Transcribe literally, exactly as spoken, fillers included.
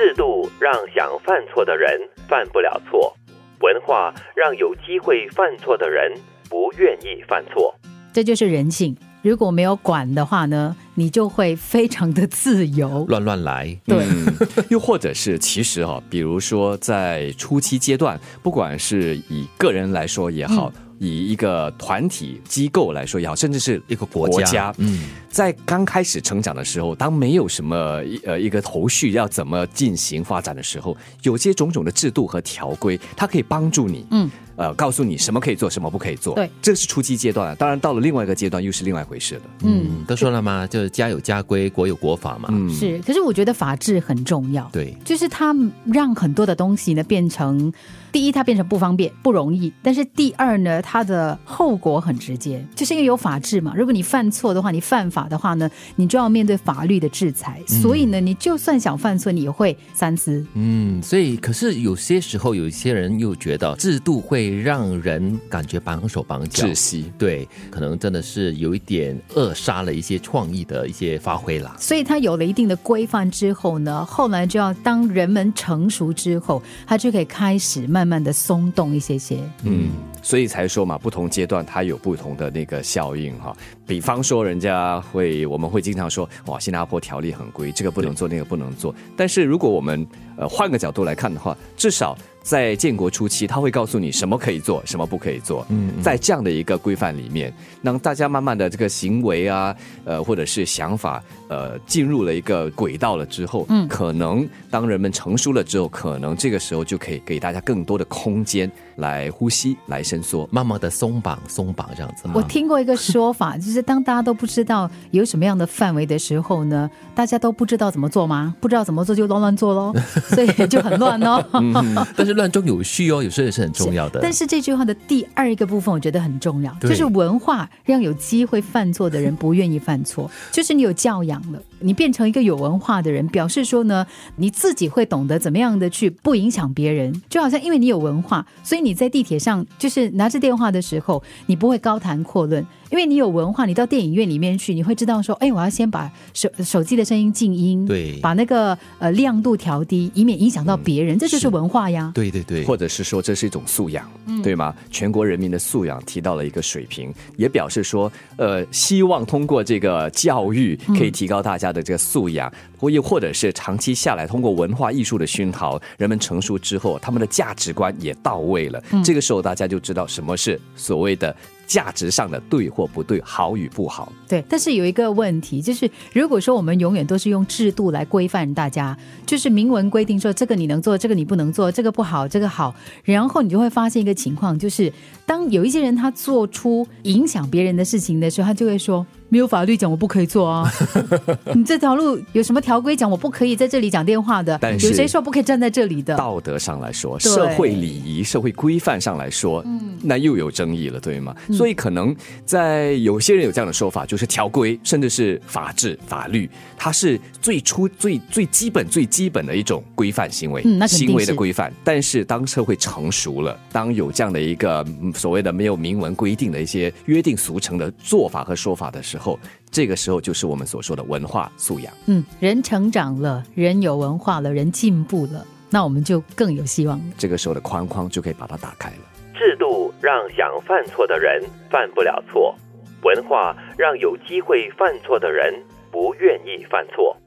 制度让想犯错的人犯不了错，文化让有机会犯错的人不愿意犯错。 这就是人性，如果没有管的话呢，你就会非常的自由， 乱乱来。 对、 嗯、又或者是其实、哦、比如说在初期阶段，不管是以个人来说也好、嗯，以一个团体机构来说也好，甚至是一个国家， 国家嗯， 在刚开始成长的时候，当没有什么呃一个头绪要怎么进行发展的时候，有些种种的制度和条规，它可以帮助你，嗯，呃，告诉你什么可以做，什么不可以做。 对， 这是初期阶段。当然，到了另外一个阶段，又是另外一回事了。 嗯，都说了嘛，就是家有家规，国有国法嘛。 嗯，是。可是我觉得法治很重要。 对， 就是它让很多的东西呢变成，第一，它变成不方便、不容易；但是第二呢，它的后果很直接，就是因为有法治嘛。如果你犯错的话，你犯法的话呢，你就要面对法律的制裁。嗯、所以呢，你就算想犯错，你也会三思。 嗯，所以可是有些时候，有一些人又觉得制度会让人感觉绑手绑脚、 窒息。 对，可能真的是有一点扼杀了一些创意的一些发挥啦。 所以它有了一定的规范之后呢，后来就要当人们成熟之后，它就可以开始慢慢的松动一些些。 嗯，所以才说嘛，不同阶段它有不同的那个效应哈。比方说，人家会我们会经常说，哇，新加坡条例很规，这个不能做，那个不能做。但是如果我们呃换个角度来看的话，至少在建国初期，他会告诉你什么可以做，什么不可以做。嗯，在这样的一个规范里面，让大家慢慢的这个行为啊，呃，或者是想法，呃，进入了一个轨道了之后，嗯，可能当人们成熟了之后，可能这个时候就可以给大家更多的空间来呼吸，来伸缩， 慢慢的松绑松绑这样子。 我听过一个说法，就是当大家都不知道有什么样的范围的时候呢，大家都不知道怎么做吗？不知道怎么做就乱乱做咯，所以就很乱哦。 嗯，但是乱中有序哦，有时候也是很重要的。 但是这句话的第二一个部分我觉得很重要，就是文化让有机会犯错的人不愿意犯错。就是你有教养了，你变成一个有文化的人，表示说呢，你自己会懂得怎么样的去不影响别人。就好像因为你有文化，所以你在地铁上就是拿着电话的时候，你不会高谈阔论。因为你有文化，你到电影院里面去，你会知道说，哎，我要先把手手机的声音静音， 对， 把那个呃亮度调低，以免影响到别人、嗯、这就是文化呀。 对对对， 或者是说这是一种素养、嗯、对吗？全国人民的素养提到了一个水平，也表示说呃，希望通过这个教育可以提高大家的这个素养，或、嗯、又或者是长期下来通过文化艺术的熏陶，人们成熟之后他们的价值观也到位了、嗯、这个时候大家就知道什么是所谓的价值上的对或不对，好与不好。 对，但是有一个问题，就是如果说我们永远都是用制度来规范大家，就是明文规定说这个你能做，这个你不能做，这个不好，这个好，然后你就会发现一个情况，就是当有一些人他做出影响别人的事情的时候，他就会说没有法律讲我不可以做啊你这条路有什么条规讲我不可以在这里讲电话的？ 但是有谁说不可以站在这里的？ 道德上来说，社会礼仪、社会规范上来说、嗯、那又有争议了，对吗、嗯、所以可能在有些人有这样的说法，就是条规甚至是法治法律，它是最初最最基本最基本的一种规范行为、 嗯、那肯定是行为的规范。但是当社会成熟了，当有这样的一个所谓的没有明文规定的一些约定俗成的做法和说法的时候，这个时候就是我们所说的文化素养。 嗯，人成长了，人有文化了，人进步了，那我们就更有希望了。 这个时候的框框就可以把它打开了。 制度让想犯错的人犯不了错，文化让有机会犯错的人不愿意犯错。